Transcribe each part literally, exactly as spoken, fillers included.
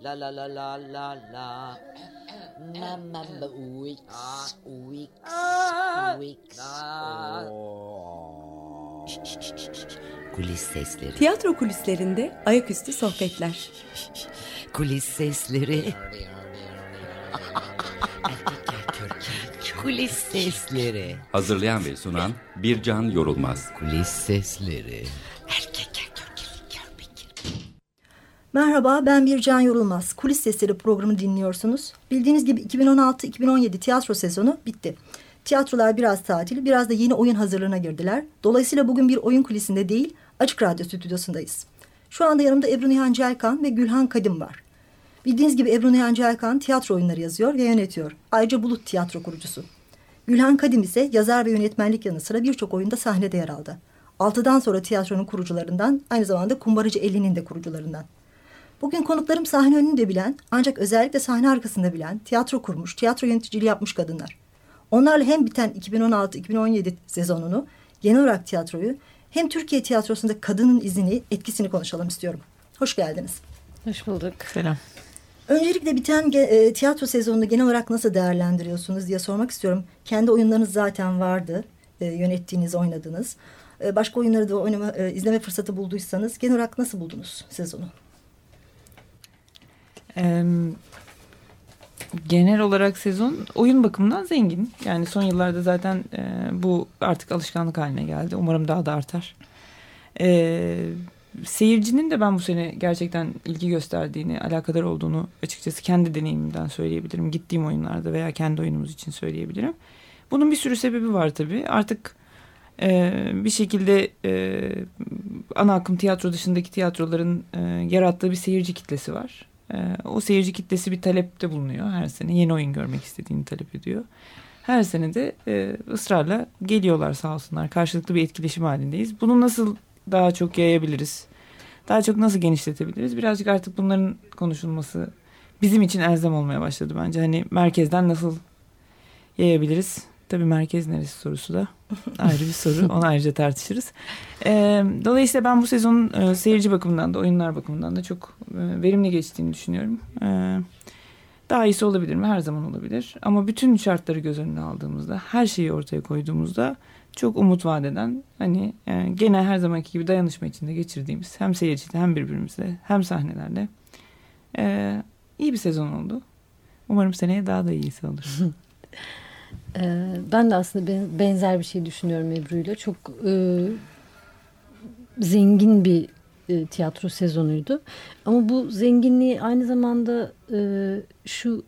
La la la la la la. Mama weeks, weeks, weeks. Kulis sesleri. Tiyatro kulislerinde ayaküstü sohbetler. Kulis sesleri. Kulis sesleri. Hazırlayan ve sunan Bircan Yorulmaz. Kulis sesleri. Merhaba, ben Bircan Yorulmaz. Kulis Sesleri programı dinliyorsunuz. Bildiğiniz gibi iki bin on altı iki bin on yedi tiyatro sezonu bitti. Tiyatrolar biraz tatil, biraz da yeni oyun hazırlığına girdiler. Dolayısıyla bugün bir oyun kulisinde değil, Açık Radyo stüdyosundayız. Şu anda yanımda Ebru Nihan Celkan ve Gülhan Kadim var. Bildiğiniz gibi Ebru Nihan Celkan tiyatro oyunları yazıyor ve yönetiyor. Ayrıca Bulut Tiyatro kurucusu. Gülhan Kadim ise yazar ve yönetmenlik yanı sıra birçok oyunda sahnede yer aldı. Altıdan sonra tiyatronun kurucularından, aynı zamanda Kumbaracı elli'nin de kurucularından. Bugün konuklarım sahne önünde bilen, ancak özellikle sahne arkasında bilen, tiyatro kurmuş, tiyatro yöneticiliği yapmış kadınlar. Onlarla hem biten iki bin on altı iki bin on yedi sezonunu, genel olarak tiyatroyu, hem Türkiye tiyatrosunda kadının izini, etkisini konuşalım istiyorum. Hoş geldiniz. Hoş bulduk. Selam. Öncelikle biten e, tiyatro sezonunu genel olarak nasıl değerlendiriyorsunuz diye sormak istiyorum. Kendi oyunlarınız zaten vardı, e, yönettiğiniz, oynadınız. E, başka oyunları da oynama, e, izleme fırsatı bulduysanız genel olarak nasıl buldunuz sezonu? Ee, genel olarak sezon oyun bakımından zengin. Yani son yıllarda zaten e, bu artık alışkanlık haline geldi. Umarım daha da artar. Ee, seyircinin de ben bu sene gerçekten ilgi gösterdiğini, alakadar olduğunu açıkçası kendi deneyimimden söyleyebilirim. Gittiğim oyunlarda veya kendi oyunumuz için söyleyebilirim. Bunun bir sürü sebebi var tabii. Artık e, bir şekilde e, ana akım tiyatro dışındaki tiyatroların e, yarattığı bir seyirci kitlesi var. O seyirci kitlesi bir talepte bulunuyor her sene. Yeni oyun görmek istediğini talep ediyor. Her sene de e, ısrarla geliyorlar sağ olsunlar. Karşılıklı bir etkileşim halindeyiz. Bunu nasıl daha çok yayabiliriz? Daha çok nasıl genişletebiliriz? Birazcık artık bunların konuşulması bizim için elzem olmaya başladı bence. Hani merkezden nasıl yayabiliriz? Tabii merkez neresi sorusu da ayrı bir soru. Onu ayrıca tartışırız. E, dolayısıyla ben bu sezonun e, seyirci bakımından da oyunlar bakımından da çok e, verimli geçtiğini düşünüyorum. E, daha iyisi olabilir mi? Her zaman olabilir. Ama bütün şartları göz önüne aldığımızda, her şeyi ortaya koyduğumuzda çok umut vaat eden, hani e, gene her zamanki gibi dayanışma içinde geçirdiğimiz hem seyirciyle hem birbirimizle hem sahnelerle e, iyi bir sezon oldu. Umarım seneye daha da iyisi olur. Ben de aslında benzer bir şey düşünüyorum Ebru'yla. Çok e, zengin bir e, tiyatro sezonuydu. Ama bu zenginliği aynı zamanda e, şu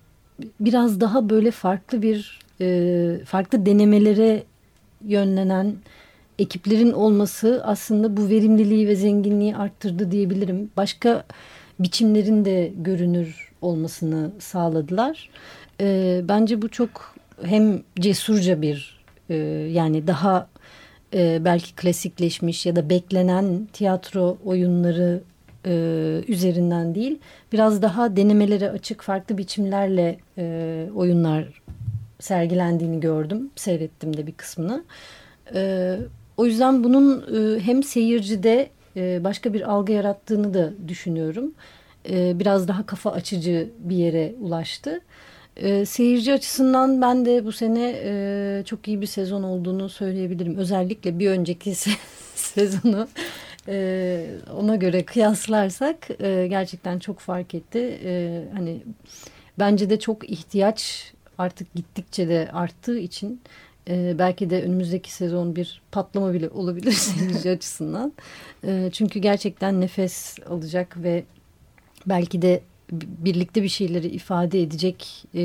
biraz daha böyle farklı bir e, farklı denemelere yönlenen ekiplerin olması aslında bu verimliliği ve zenginliği arttırdı diyebilirim. Başka biçimlerin de görünür olmasını sağladılar. E, bence bu çok hem cesurca bir e, yani daha e, belki klasikleşmiş ya da beklenen tiyatro oyunları e, üzerinden değil, biraz daha denemelere açık farklı biçimlerle e, oyunlar sergilendiğini gördüm. Seyrettim de bir kısmını. E, o yüzden bunun e, hem seyircide e, başka bir algı yarattığını da düşünüyorum. E, biraz daha kafa açıcı bir yere ulaştı. E, seyirci açısından ben de bu sene e, çok iyi bir sezon olduğunu söyleyebilirim. Özellikle bir önceki se- sezonu e, ona göre kıyaslarsak e, gerçekten çok fark etti. E, hani bence de çok ihtiyaç artık gittikçe de arttığı için e, belki de önümüzdeki sezon bir patlama bile olabilir seyirci açısından. E, çünkü gerçekten nefes alacak ve belki de birlikte bir şeyleri ifade edecek e,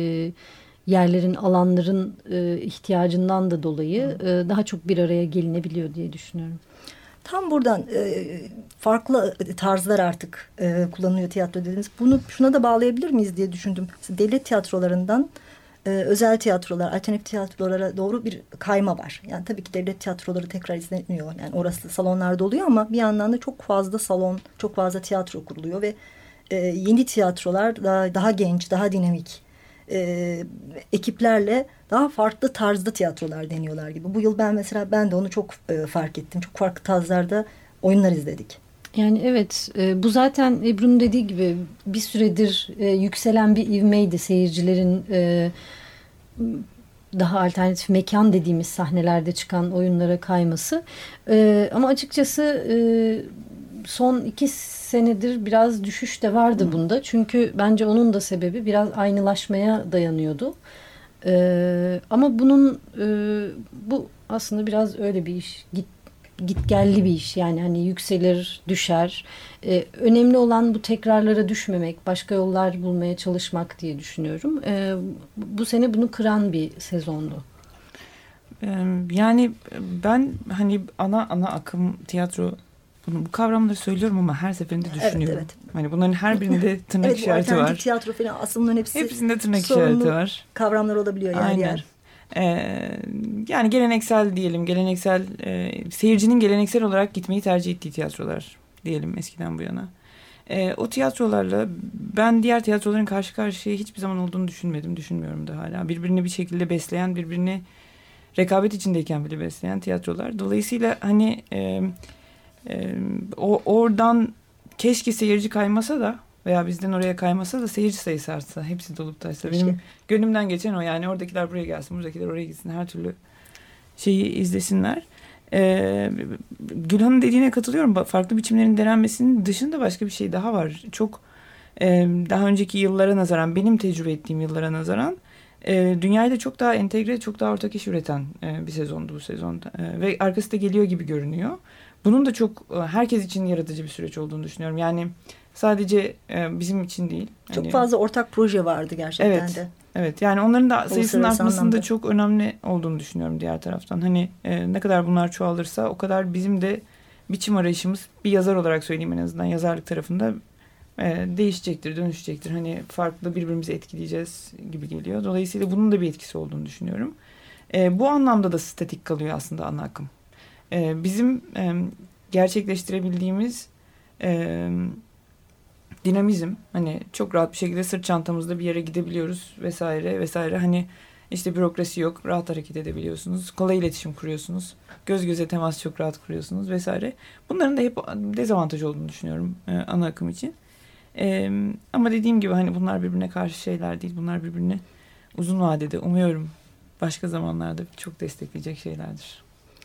yerlerin, alanların e, ihtiyacından da dolayı e, daha çok bir araya gelinebiliyor diye düşünüyorum. Tam buradan e, farklı tarzlar artık e, kullanılıyor tiyatro dediğiniz. Bunu şuna da bağlayabilir miyiz diye düşündüm. Mesela devlet tiyatrolarından e, özel tiyatrolar, alternatif tiyatrolara doğru bir kayma var. Yani tabii ki devlet tiyatroları tekrar izleniyor. Yani orası salonlarda oluyor ama bir yandan da çok fazla salon, çok fazla tiyatro kuruluyor ve e, yeni tiyatrolar daha, daha genç, daha dinamik e, ekiplerle daha farklı tarzda tiyatrolar deniyorlar gibi. Bu yıl ben mesela ben de onu çok e, fark ettim. Çok farklı tarzlarda oyunlar izledik. Yani evet, e, bu zaten Ebru'nun dediği gibi bir süredir e, yükselen bir ivmeydi seyircilerin e, daha alternatif mekan dediğimiz sahnelerde çıkan oyunlara kayması. E, ama açıkçası e, son iki senedir biraz düşüş de vardı hmm. bunda. Çünkü bence onun da sebebi biraz aynılaşmaya dayanıyordu. E, ama bunun e, bu aslında biraz öyle bir iş. Git gitgelli bir iş, yani hani yükselir düşer, ee, önemli olan bu tekrarlara düşmemek, başka yollar bulmaya çalışmak diye düşünüyorum. Ee, bu sene bunu kıran bir sezondu. Yani ben hani ana ana akım tiyatro, bunu, bu kavramları söylüyorum ama her seferinde düşünüyorum. Evet, evet. Hani bunların her birinde tırnak evet, işareti var. Evet, tiyatro falan aslında hepsi hepsinde tırnak işareti var. Kavramlar olabiliyor yer Aynen. yer. Ee, yani geleneksel diyelim, geleneksel e, seyircinin geleneksel olarak gitmeyi tercih ettiği tiyatrolar diyelim eskiden bu yana. Ee, o tiyatrolarla ben diğer tiyatroların karşı karşıya hiçbir zaman olduğunu düşünmedim, düşünmüyorum da hala. Birbirini bir şekilde besleyen, birbirini rekabet içindeyken bile besleyen tiyatrolar. Dolayısıyla hani e, e, o oradan keşke seyirci kaymasa da veya bizden oraya kaymasa da seyirci sayısı artsa, hepsi dolup taşsa. Benim işte gönlümden geçen o, yani oradakiler buraya gelsin, buradakiler oraya gitsin, her türlü şeyi izlesinler. Ee, Gülhan'ın dediğine katılıyorum. Farklı biçimlerin denenmesinin dışında başka bir şey daha var. Çok e, daha önceki yıllara nazaran, benim tecrübe ettiğim yıllara nazaran e, dünyayla çok daha entegre, çok daha ortak iş üreten e, bir sezondu bu sezonda. E, ve arkası da geliyor gibi görünüyor. Bunun da çok e, herkes için yaratıcı bir süreç olduğunu düşünüyorum. Yani sadece e, bizim için değil. Çok hani, fazla ortak proje vardı gerçekten evet, de. Evet, yani onların da sayısının artmasında çok önemli olduğunu düşünüyorum diğer taraftan. Hani e, ne kadar bunlar çoğalırsa o kadar bizim de biçim arayışımız, bir yazar olarak söyleyeyim en azından, yazarlık tarafında e, değişecektir, dönüşecektir. Hani farklı, birbirimizi etkileyeceğiz gibi geliyor. Dolayısıyla bunun da bir etkisi olduğunu düşünüyorum. E, bu anlamda da statik kalıyor aslında ana akım. E, bizim e, gerçekleştirebildiğimiz E, dinamizm, hani çok rahat bir şekilde sırt çantamızda bir yere gidebiliyoruz vesaire vesaire. Hani işte bürokrasi yok, rahat hareket edebiliyorsunuz, kolay iletişim kuruyorsunuz, göz göze temas çok rahat kuruyorsunuz vesaire. Bunların da hep dezavantajı olduğunu düşünüyorum e, ana akım için. E, ama dediğim gibi hani bunlar birbirine karşı şeyler değil, bunlar birbirini uzun vadede umuyorum başka zamanlarda çok destekleyecek şeylerdir.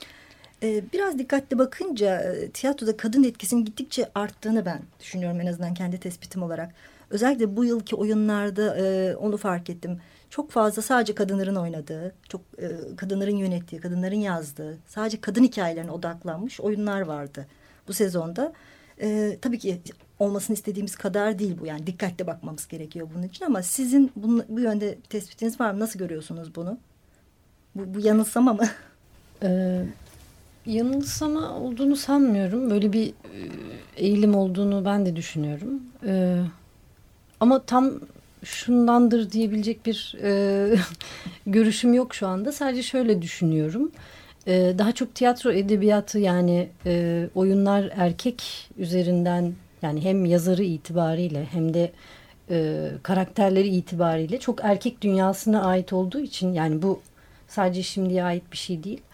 Biraz dikkatli bakınca tiyatroda kadın etkisinin gittikçe arttığını ben düşünüyorum, en azından kendi tespitim olarak. Özellikle bu yılki oyunlarda onu fark ettim. Çok fazla sadece kadınların oynadığı, çok kadınların yönettiği, kadınların yazdığı, sadece kadın hikayelerine odaklanmış oyunlar vardı bu sezonda. Tabii ki olmasını istediğimiz kadar değil bu. Yani dikkatli bakmamız gerekiyor bunun için, ama sizin bunu, bu yönde tespitiniz var mı? Nasıl görüyorsunuz bunu? Bu, bu yanılsama mı? Evet. Yanılsama olduğunu sanmıyorum. Böyle bir eğilim olduğunu ben de düşünüyorum. Ee, ama tam şundandır diyebilecek bir e, görüşüm yok şu anda. Sadece şöyle düşünüyorum. Ee, daha çok tiyatro edebiyatı, yani e, oyunlar erkek üzerinden, yani hem yazarı itibariyle hem de e, karakterleri itibariyle çok erkek dünyasına ait olduğu için, yani bu sadece şimdiye ait bir şey değil.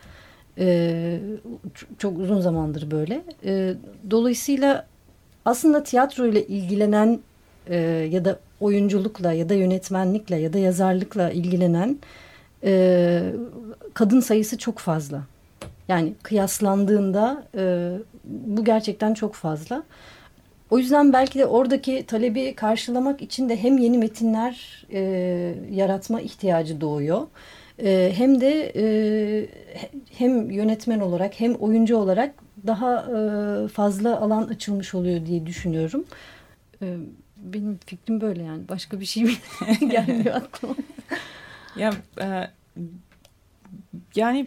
Ee, çok uzun zamandır böyle. Ee, dolayısıyla aslında tiyatro ile ilgilenen e, ya da oyunculukla ya da yönetmenlikle ya da yazarlıkla ilgilenen e, kadın sayısı çok fazla. Yani kıyaslandığında e, bu gerçekten çok fazla. O yüzden belki de oradaki talebi karşılamak için de hem yeni metinler e, yaratma ihtiyacı doğuyor. Ee, hem de e, hem yönetmen olarak hem oyuncu olarak daha e, fazla alan açılmış oluyor diye düşünüyorum. Ee, benim fikrim böyle, yani başka bir şey gelmiyor aklıma. Ya e, yani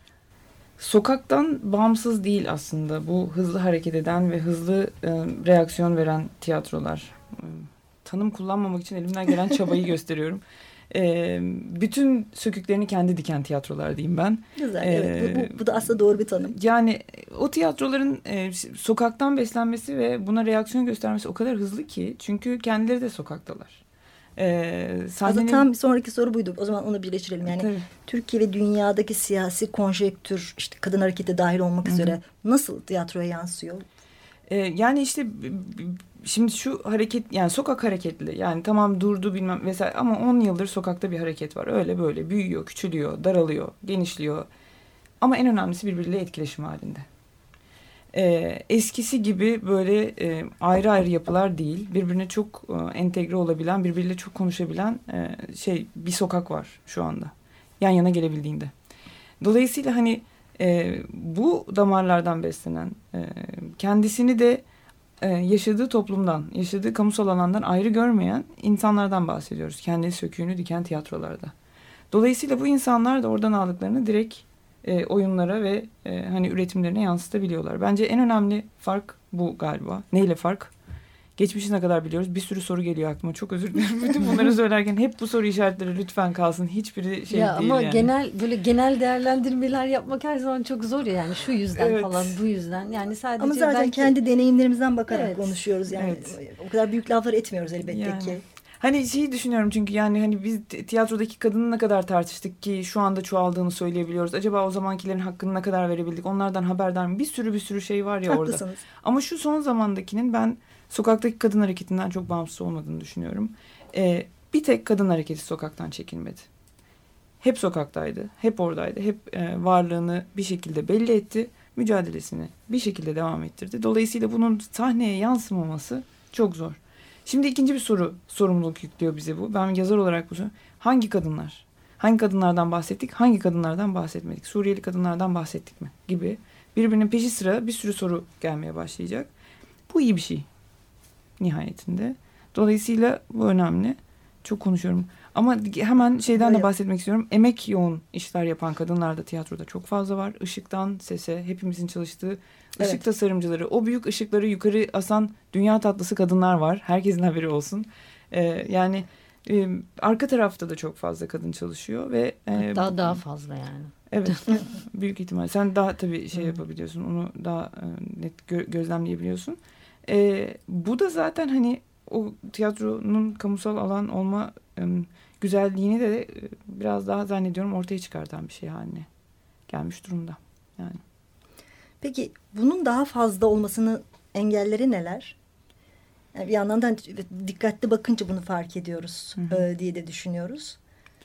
sokaktan bağımsız değil aslında bu hızlı hareket eden ve hızlı e, reaksiyon veren tiyatrolar. E, tanım kullanmamak için elimden gelen çabayı gösteriyorum. E, bütün söküklerini kendi diken tiyatrolar diyeyim ben. Güzel, e, evet. Bu, bu da aslında doğru bir tanım. Yani o tiyatroların e, sokaktan beslenmesi ve buna reaksiyon göstermesi o kadar hızlı ki, çünkü kendileri de sokaktalar. E, sahnenin... Tam bir sonraki soru buydu. O zaman onu birleştirelim. Yani tabii, Türkiye ve dünyadaki siyasi konjektür, işte kadın hareketi dahil olmak üzere, hı-hı, nasıl tiyatroya yansıyor? Ee, yani işte şimdi şu hareket, yani sokak hareketli, yani tamam durdu bilmem vesaire ama on yıldır sokakta bir hareket var. Öyle böyle büyüyor, küçülüyor, daralıyor, genişliyor. Ama en önemlisi birbiriyle etkileşim halinde. Ee, eskisi gibi böyle e, ayrı ayrı yapılar değil, birbirine çok e, entegre olabilen, birbiriyle çok konuşabilen e, şey bir sokak var şu anda. Yan yana gelebildiğinde. Dolayısıyla hani e, bu damarlardan beslenen, e, kendisini de e, yaşadığı toplumdan, yaşadığı kamusal alandan ayrı görmeyen insanlardan bahsediyoruz. Kendi söküğünü diken tiyatrolarda. Dolayısıyla bu insanlar da oradan aldıklarını direkt e, oyunlara ve e, hani üretimlerine yansıtabiliyorlar. Bence en önemli fark bu galiba. Neyle fark? Geçmişine kadar biliyoruz. Bir sürü soru geliyor aklıma. Çok özür dilerim. Bütün bunları söylerken hep bu soru işaretleri lütfen kalsın. Hiçbiri şey ya değil ama yani. genel böyle genel değerlendirmeler yapmak her zaman çok zor ya, yani şu yüzden Evet. falan, bu yüzden. Yani sadece Ama zaten belki... kendi deneyimlerimizden bakarak Evet. konuşuyoruz yani. Evet. O kadar büyük laflar etmiyoruz elbette Yani. ki. Hani şeyi düşünüyorum çünkü yani hani biz tiyatrodaki kadını ne kadar tartıştık ki şu anda çoğaldığını söyleyebiliyoruz. Acaba o zamankilerin hakkını ne kadar verebildik? Onlardan haberdar mı? Bir sürü bir sürü şey var ya orada. Haklısınız. Ama şu son zamandakinin ben sokaktaki kadın hareketinden çok bağımsız olmadığını düşünüyorum. Ee, bir tek kadın hareketi sokaktan çekilmedi. Hep sokaktaydı, hep oradaydı, hep e, varlığını bir şekilde belli etti, mücadelesini bir şekilde devam ettirdi. Dolayısıyla bunun sahneye yansımaması çok zor. Şimdi ikinci bir soru, sorumluluk yüklüyor bize bu. Ben yazar olarak bu soru. Hangi kadınlar? Hangi kadınlardan bahsettik? Hangi kadınlardan bahsetmedik? Suriyeli kadınlardan bahsettik mi? Gibi birbirinin peşi sıra bir sürü soru gelmeye başlayacak. Bu iyi bir şey nihayetinde. Dolayısıyla bu önemli. Çok konuşuyorum. Ama hemen şeyden de bahsetmek istiyorum. Emek yoğun işler yapan kadınlar da tiyatroda çok fazla var. Işıktan sese, hepimizin çalıştığı ışık Evet. tasarımcıları, o büyük ışıkları yukarı asan dünya tatlısı kadınlar var. Herkesin haberi olsun. Ee, yani e, arka tarafta da çok fazla kadın çalışıyor ve e, Daha daha fazla yani. evet, büyük ihtimal. Sen daha tabii şey yapabiliyorsun. Onu daha e, net gö- gözlemleyebiliyorsun. E, bu da zaten hani o tiyatronun kamusal alan olma e, güzelliğini de e, biraz daha zannediyorum ortaya çıkartan bir şey haline gelmiş durumda. Yani. Peki bunun daha fazla olmasının engelleri neler? Yani bir yandan da dikkatli bakınca bunu fark ediyoruz e, diye de düşünüyoruz.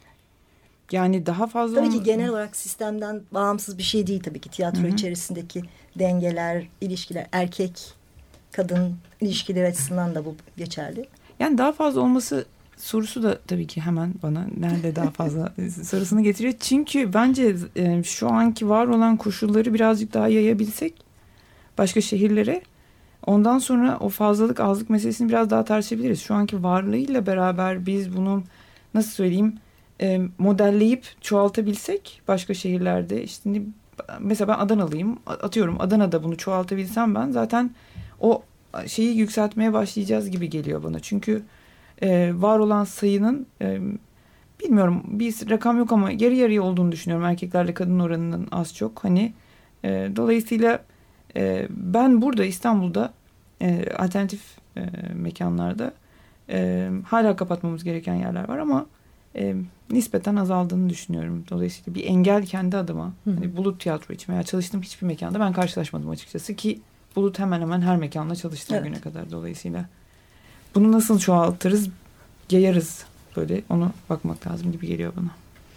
Yani daha fazla... Tabii ki olma- genel olarak sistemden bağımsız bir şey değil tabii ki. Tiyatro Hı hı. içerisindeki dengeler, ilişkiler, erkek, kadın ilişkileri açısından da bu geçerli. Yani daha fazla olması sorusu da tabii ki hemen bana nerede daha fazla sorusunu getiriyor. Çünkü bence e, şu anki var olan koşulları birazcık daha yayabilsek başka şehirlere, ondan sonra o fazlalık azlık meselesini biraz daha tartışabiliriz. Şu anki varlığıyla beraber biz bunu nasıl söyleyeyim e, modelleyip çoğaltabilsek başka şehirlerde, işte mesela ben Adanalıyım, atıyorum Adana'da bunu çoğaltabilsem ben zaten o şeyi yükseltmeye başlayacağız gibi geliyor bana. Çünkü e, var olan sayının e, bilmiyorum bir rakam yok ama yarı yarıya olduğunu düşünüyorum erkeklerle kadın oranının az çok. Hani e, dolayısıyla e, ben burada İstanbul'da e, alternatif e, mekanlarda e, hala kapatmamız gereken yerler var ama e, nispeten azaldığını düşünüyorum. Dolayısıyla bir engel kendi adıma hani Bulut tiyatro için veya çalıştığım hiçbir mekanda ben karşılaşmadım açıkçası ki Bulut hemen hemen her mekanda çalıştığı Evet. güne kadar. Dolayısıyla bunu nasıl çoğaltırız, yayarız böyle, ona bakmak lazım gibi geliyor bana.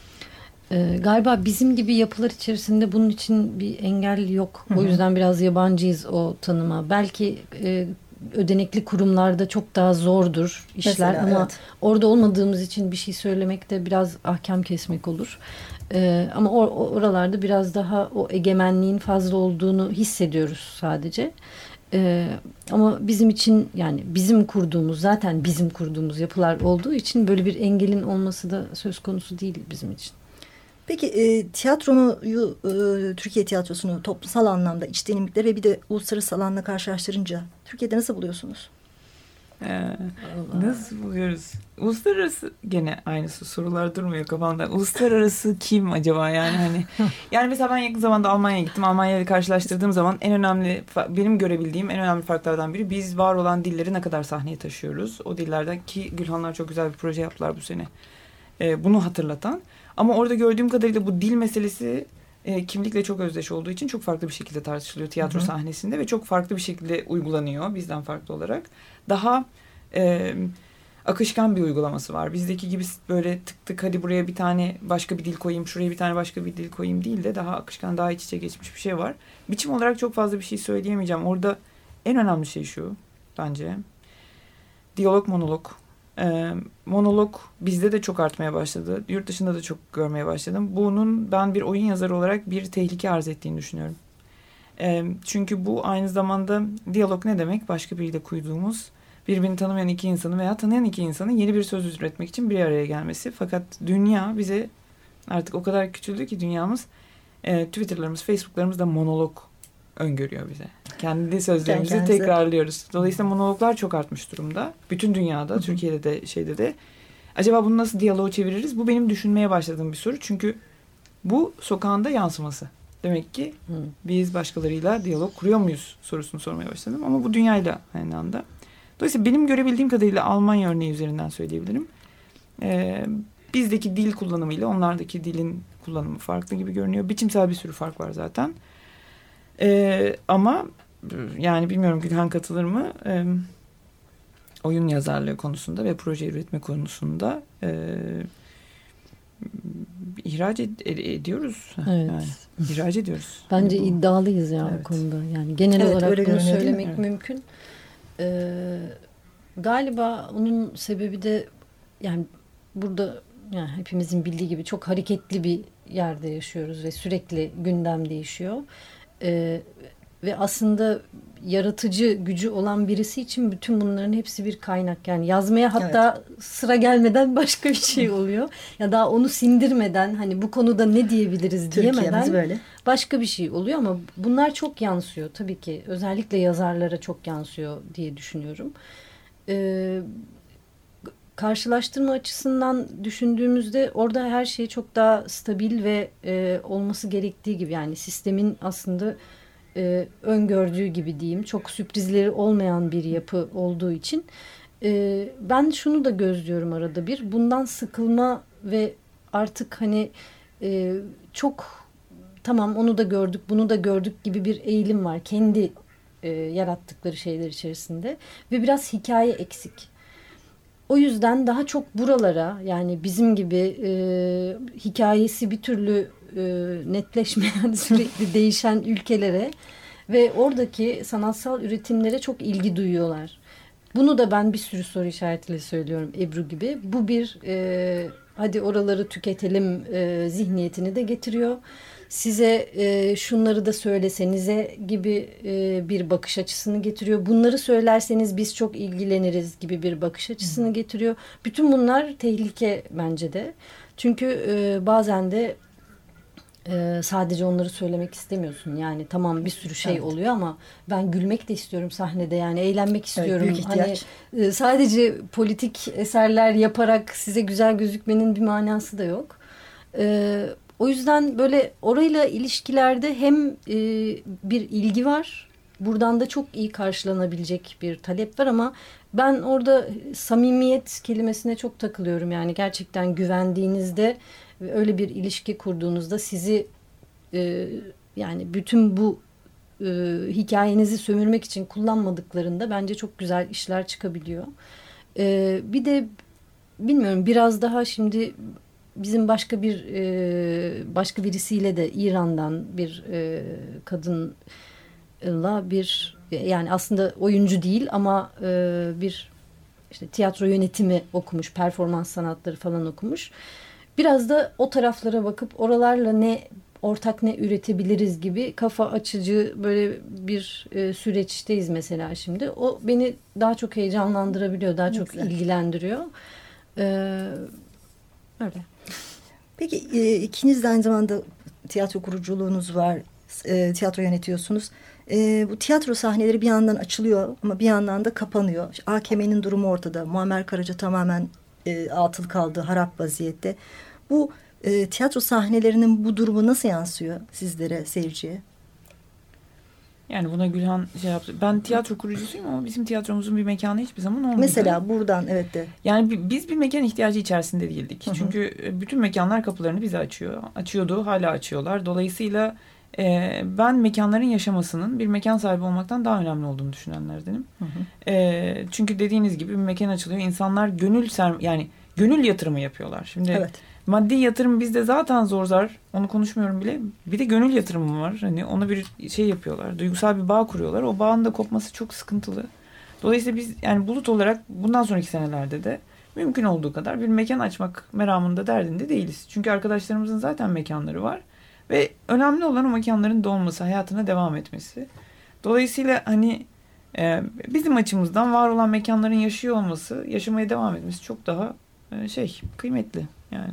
Ee, galiba bizim gibi yapılar içerisinde bunun için bir engel yok. Hı hı. O yüzden biraz yabancıyız o tanıma. Belki e, ödenekli kurumlarda çok daha zordur işler. Mesela, Ama evet. orada olmadığımız için bir şey söylemek de biraz ahkam kesmek olur. Ee, ama or, oralarda biraz daha o egemenliğin fazla olduğunu hissediyoruz sadece. Ee, ama bizim için, yani bizim kurduğumuz, zaten bizim kurduğumuz yapılar olduğu için böyle bir engelin olması da söz konusu değil bizim için. Peki e, tiyatroyu, e, Türkiye tiyatrosunu toplumsal anlamda iç dinamikleri ve bir de uluslararası alanla karşılaştırınca Türkiye'de nasıl buluyorsunuz? Ee, nasıl buluyoruz? Uluslararası, gene aynı sorular durmuyor kafamda. Uluslararası kim acaba yani hani? Yani mesela ben yakın zamanda Almanya'ya gittim. Almanya'yla karşılaştırdığım zaman en önemli, benim görebildiğim en önemli farklardan biri, biz var olan dilleri ne kadar sahneye taşıyoruz. O dillerden ki Gülhanlar çok güzel bir proje yaptılar bu sene. Ee, bunu hatırlatan. Ama orada gördüğüm kadarıyla bu dil meselesi e, kimlikle çok özdeş olduğu için çok farklı bir şekilde tartışılıyor tiyatro Hı hı. sahnesinde ve çok farklı bir şekilde uygulanıyor bizden farklı olarak. Daha e, akışkan bir uygulaması var. Bizdeki gibi böyle tık tık hadi buraya bir tane başka bir dil koyayım, şuraya bir tane başka bir dil koyayım değil de daha akışkan, daha iç içe geçmiş bir şey var. Biçim olarak çok fazla bir şey söyleyemeyeceğim. Orada en önemli şey şu bence. Diyalog, monolog. Ee, monolog bizde de çok artmaya başladı. Yurt dışında da çok görmeye başladım. Bunun ben bir oyun yazarı olarak bir tehlike arz ettiğini düşünüyorum. Ee, çünkü bu aynı zamanda diyalog ne demek? Başka biriyle kurduğumuz, birbirini tanımayan iki insanın veya tanıyan iki insanın yeni bir söz üretmek için bir araya gelmesi. Fakat dünya bize artık o kadar küçüldü ki dünyamız, e, Twitter'larımız, Facebook'larımız da monolog öngörüyor bize. Kendi sözlerimizi Kendinize. tekrarlıyoruz. Dolayısıyla monologlar çok artmış durumda. Bütün dünyada, Türkiye'de de şeyde de. Acaba bunu nasıl diyaloğa çeviririz? Bu benim düşünmeye başladığım bir soru. Çünkü bu sokağında yansıması. Demek ki Hı. biz başkalarıyla diyalog kuruyor muyuz sorusunu sormaya başladım. Ama bu dünyayla aynı anda. Dolayısıyla benim görebildiğim kadarıyla Almanya örneği üzerinden söyleyebilirim. Ee, bizdeki dil kullanımıyla onlardaki dilin kullanımı farklı gibi görünüyor. Biçimsel bir sürü fark var zaten. Ee, ama yani bilmiyorum Gülhan katılır mı? Ee, oyun yazarlığı konusunda ve proje üretme konusunda e, ihraç ed- ed- ediyoruz. Evet. Yani, ihraç ediyoruz. Bence Yani bu, iddialıyız ya Evet. bu konuda. Yani genel Evet, olarak öyle bunu görünüyor, değil mi? söylemek Evet. mümkün. Ee, galiba onun sebebi de yani burada yani hepimizin bildiği gibi çok hareketli bir yerde yaşıyoruz ve sürekli gündem değişiyor. Ee, ve aslında yaratıcı gücü olan birisi için bütün bunların hepsi bir kaynak. Yani yazmaya hatta sıra gelmeden başka bir şey oluyor. Ya daha onu sindirmeden hani bu konuda ne diyebiliriz Türkiye'miz diyemeden böyle. başka bir şey oluyor ama bunlar çok yansıyor tabii ki. Özellikle yazarlara çok yansıyor diye düşünüyorum. Ee, karşılaştırma açısından düşündüğümüzde orada her şey çok daha stabil ve e, olması gerektiği gibi yani sistemin aslında e, öngördüğü gibi diyeyim çok sürprizleri olmayan bir yapı olduğu için e, ben şunu da gözlüyorum arada bir bundan sıkılma ve artık hani e, çok tamam onu da gördük bunu da gördük gibi bir eğilim var kendi e, yarattıkları şeyler içerisinde ve biraz hikaye eksik. O yüzden daha çok buralara yani bizim gibi e, hikayesi bir türlü e, netleşmeyen sürekli değişen ülkelere ve oradaki sanatsal üretimlere çok ilgi duyuyorlar. Bunu da ben bir sürü soru işaretiyle söylüyorum Ebru gibi. Bu bir e, hadi oraları tüketelim e, zihniyetini de getiriyor. Size e, şunları da söylesenize gibi e, bir bakış açısını getiriyor. Bunları söylerseniz biz çok ilgileniriz gibi bir bakış açısını getiriyor. Bütün bunlar tehlike bence de. Çünkü e, bazen de e, sadece onları söylemek istemiyorsun. Yani tamam bir sürü şey Evet. oluyor ama ben gülmek de istiyorum sahnede. Yani eğlenmek istiyorum. büyük ihtiyaç. Hani e, sadece politik eserler yaparak size güzel gözükmenin bir manası da yok. E, O yüzden böyle orayla ilişkilerde hem e, bir ilgi var. Buradan da çok iyi karşılanabilecek bir talep var ama ben orada samimiyet kelimesine çok takılıyorum. Yani gerçekten güvendiğinizde ve öyle bir ilişki kurduğunuzda sizi e, yani bütün bu e, hikayenizi sömürmek için kullanmadıklarında bence çok güzel işler çıkabiliyor. E, bir de bilmiyorum biraz daha şimdi bizim başka bir e, başka birisiyle de İran'dan bir e, kadınla bir yani aslında oyuncu değil ama e, bir işte tiyatro yönetimi okumuş, performans sanatları falan okumuş. Biraz da o taraflara bakıp oralarla ne ortak ne üretebiliriz gibi kafa açıcı böyle bir e, süreçteyiz mesela şimdi. O beni daha çok heyecanlandırabiliyor, daha Ne çok güzel. ilgilendiriyor. E, öyle. Peki e, ikiniz de aynı zamanda tiyatro kuruculuğunuz var, e, tiyatro yönetiyorsunuz. E, bu tiyatro sahneleri bir yandan açılıyor ama bir yandan da kapanıyor. İşte A K M'nin durumu ortada. Muammer Karaca tamamen e, atıl kaldı, harap vaziyette. Bu e, tiyatro sahnelerinin bu durumu nasıl yansıyor sizlere, seyirciye? Yani buna Gülhan şey yaptı. Ben tiyatro kurucusuyum ama bizim tiyatromuzun bir mekanı hiçbir zaman olmadı. Mesela buradan evet de. Yani biz bir mekan ihtiyacı içerisinde değildik. Hı hı. Çünkü bütün mekanlar kapılarını bize açıyor. Açıyordu, hala açıyorlar. Dolayısıyla e, ben mekanların yaşamasının bir mekan sahibi olmaktan daha önemli olduğunu düşünenlerdenim. Hı hı. E, çünkü dediğiniz gibi bir mekan açılıyor. İnsanlar gönül ser yani gönül yatırımı yapıyorlar. Şimdi Evet. maddi yatırım bizde zaten zor zar. Onu konuşmuyorum bile. Bir de gönül yatırımı var. Hani ona bir şey yapıyorlar. Duygusal bir bağ kuruyorlar. O bağın da kopması çok sıkıntılı. Dolayısıyla biz yani Bulut olarak bundan sonraki senelerde de mümkün olduğu kadar bir mekan açmak meramında derdinde değiliz. Çünkü arkadaşlarımızın zaten mekanları var. Ve önemli olan o mekanların da olması, hayatına devam etmesi. Dolayısıyla hani e, bizim açımızdan var olan mekanların yaşıyor olması, yaşamaya devam etmesi çok daha e, şey kıymetli yani.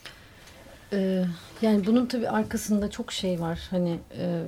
Ee, yani bunun tabii arkasında çok şey var. Hani e,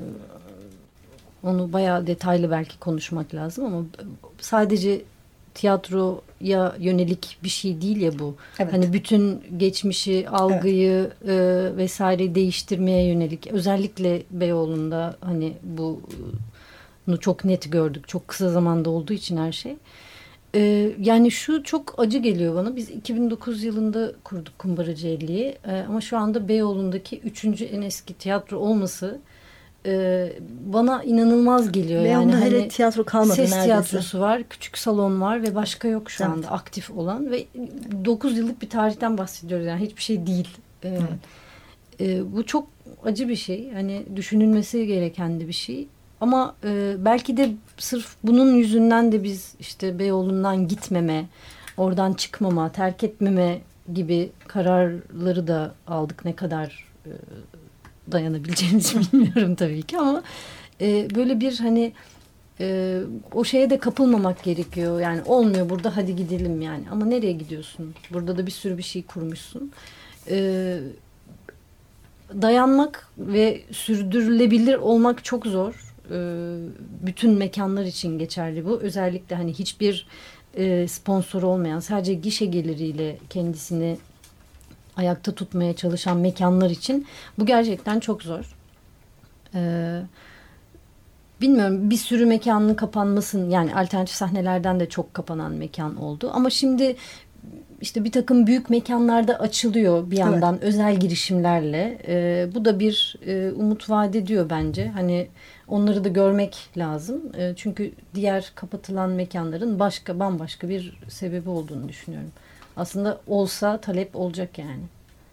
onu bayağı detaylı belki konuşmak lazım ama sadece tiyatroya yönelik bir şey değil ya bu. Evet. Hani bütün geçmişi, algıyı evet. e, vesaire değiştirmeye yönelik. Özellikle Beyoğlu'nda hani bu bunu çok net gördük. Çok kısa zamanda olduğu için her şey. Ee, yani şu çok acı geliyor bana. Biz iki bin dokuz yılında kurduk Kumbaracı elliyi. Ee, ama şu anda Beyoğlu'ndaki üçüncü en eski tiyatro olması e, bana inanılmaz geliyor. Beyoğlu'nda yani hele hani tiyatro kalmadı ses neredeyse. tiyatrosu var, küçük salon var ve başka yok şu evet. anda aktif olan ve dokuz yıllık bir tarihten bahsediyoruz. Yani hiçbir şey değil. Ee, evet. e, bu çok acı bir şey. Hani düşünülmesi gereken de bir şey. Ama e, belki de sırf bunun yüzünden de biz işte Beyoğlu'ndan gitmeme, oradan çıkmama, terk etmeme gibi kararları da aldık. Ne kadar e, dayanabileceğimizi bilmiyorum tabii ki ama e, böyle bir hani e, o şeye de kapılmamak gerekiyor. Yani olmuyor burada hadi gidelim yani. Ama nereye gidiyorsun? Burada da bir sürü bir şey kurmuşsun. E, dayanmak ve sürdürülebilir olmak çok zor. Bütün mekanlar için geçerli bu. Özellikle hani hiçbir e, sponsor olmayan, sadece gişe geliriyle kendisini ayakta tutmaya çalışan mekanlar için bu gerçekten çok zor. Ee, bilmiyorum, bir sürü mekanın kapanmasın, yani alternatif sahnelerden de çok kapanan mekan oldu. Ama şimdi işte bir takım büyük mekanlarda açılıyor bir yandan, evet. özel girişimlerle. Ee, bu da bir e, umut vaat ediyor bence. Hani onları da görmek lazım. E, çünkü diğer kapatılan mekanların başka, bambaşka bir sebebi olduğunu düşünüyorum. Aslında olsa talep olacak yani.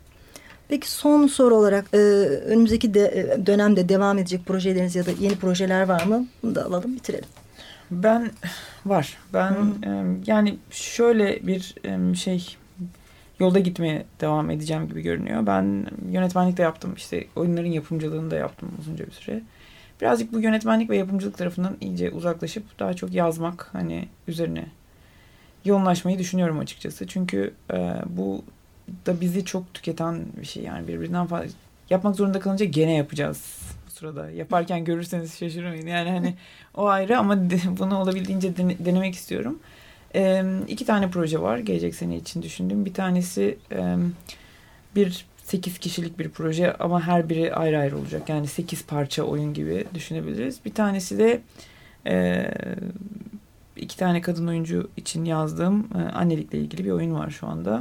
Peki son soru olarak e, önümüzdeki de, dönemde devam edecek projeleriniz ya da yeni projeler var mı? Bunu da alalım, bitirelim. Ben var. Ben e, yani şöyle bir e, şey yolda gitmeye devam edeceğim gibi görünüyor. Ben yönetmenlik de yaptım. İşte oyunların yapımcılığını da yaptım uzunca bir süre. Birazcık bu yönetmenlik ve yapımcılık tarafından iyice uzaklaşıp daha çok yazmak hani üzerine yoğunlaşmayı düşünüyorum açıkçası. Çünkü e, bu da bizi çok tüketen bir şey, yani birbirinden fazla yapmak zorunda kalınca gene yapacağız bu sırada. Yaparken görürseniz şaşırmayın. Yani hani o ayrı ama de, bunu olabildiğince dene, denemek istiyorum. E, iki tane proje var gelecek sene için düşündüğüm. Bir tanesi e, bir sekiz kişilik bir proje ama her biri ayrı ayrı olacak. Yani sekiz parça oyun gibi düşünebiliriz. Bir tanesi de e, iki tane kadın oyuncu için yazdığım e, annelikle ilgili bir oyun var şu anda.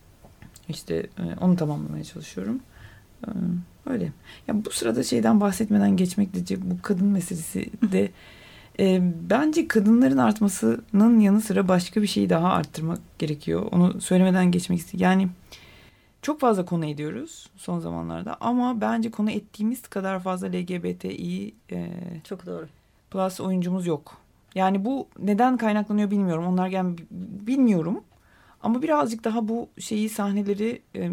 İşte e, onu tamamlamaya çalışıyorum. E, öyle. Ya bu sırada şeyden bahsetmeden geçmek de, bu kadın meselesi de e, bence kadınların artmasının yanı sıra başka bir şeyi daha arttırmak gerekiyor. Onu söylemeden geçmek istiyorum. Yani çok fazla konu ediyoruz son zamanlarda ama bence konu ettiğimiz kadar fazla L G B T İ e, çok doğru. Plus oyuncumuz yok. Yani bu neden kaynaklanıyor bilmiyorum. Onlar yani bilmiyorum. Ama birazcık daha bu şeyi, sahneleri e,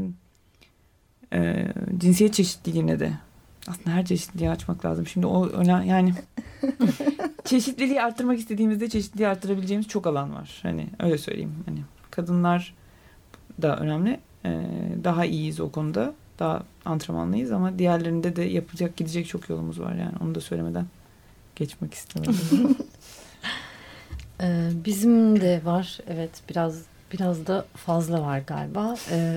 e, cinsiyet çeşitliliğine de aslında her çeşitliliği açmak lazım. Şimdi o önemli, yani çeşitliliği arttırmak istediğimizde çeşitliliği arttırabileceğimiz çok alan var. Hani öyle söyleyeyim. Hani kadınlar da önemli. Ee, daha iyiyiz o konuda. Daha antrenmanlıyız ama diğerlerinde de yapacak, gidecek çok yolumuz var. Yani onu da söylemeden geçmek istemedim. ee, bizim de var. Evet, biraz biraz da fazla var galiba. Ee,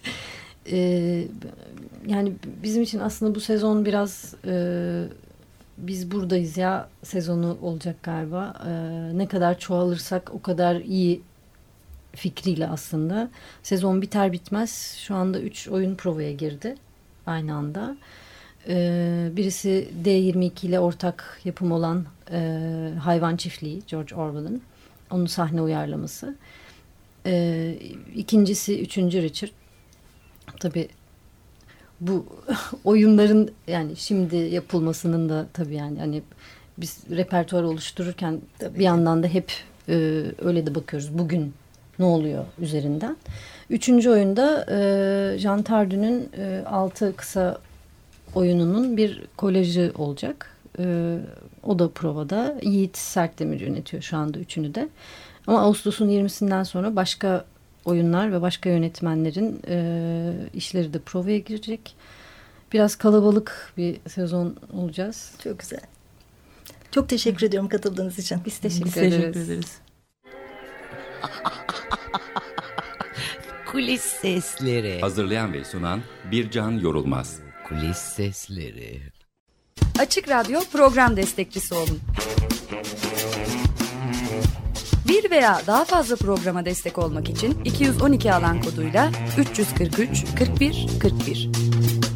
e, yani bizim için aslında bu sezon biraz e, biz buradayız ya sezonu olacak galiba. E, ne kadar çoğalırsak o kadar iyi fikriyle aslında. Sezon biter bitmez şu anda üç oyun provaya girdi aynı anda. E, birisi D yirmi iki ile ortak yapım olan e, Hayvan Çiftliği, George Orwell'ın. Onun sahne uyarlaması. E, ikincisi üçüncü Richard. Tabii bu oyunların yani şimdi yapılmasının da tabii yani hani biz repertuar oluştururken tabii bir ki. Yandan da hep e, öyle de bakıyoruz. Bugün ne oluyor üzerinden. Üçüncü oyunda e, Jean Tardü'nün e, altı kısa oyununun bir kolajı olacak. E, o da provada. Yiğit Sertdemir yönetiyor şu anda üçünü de. Ama Ağustos'un yirmisinden sonra başka oyunlar ve başka yönetmenlerin e, işleri de provaya girecek. Biraz kalabalık bir sezon olacağız. Çok güzel. Çok teşekkür ediyorum katıldığınız için. Biz teşekkür Biz ederiz. teşekkür ederiz. Kulis sesleri. Hazırlayan ve sunan Bircan Yorulmaz. Kulis sesleri. Açık Radyo program destekçisi olun. Bir veya daha fazla programa destek olmak için iki yüz on iki alan koduyla üç yüz kırk üç kırk bir kırk bir.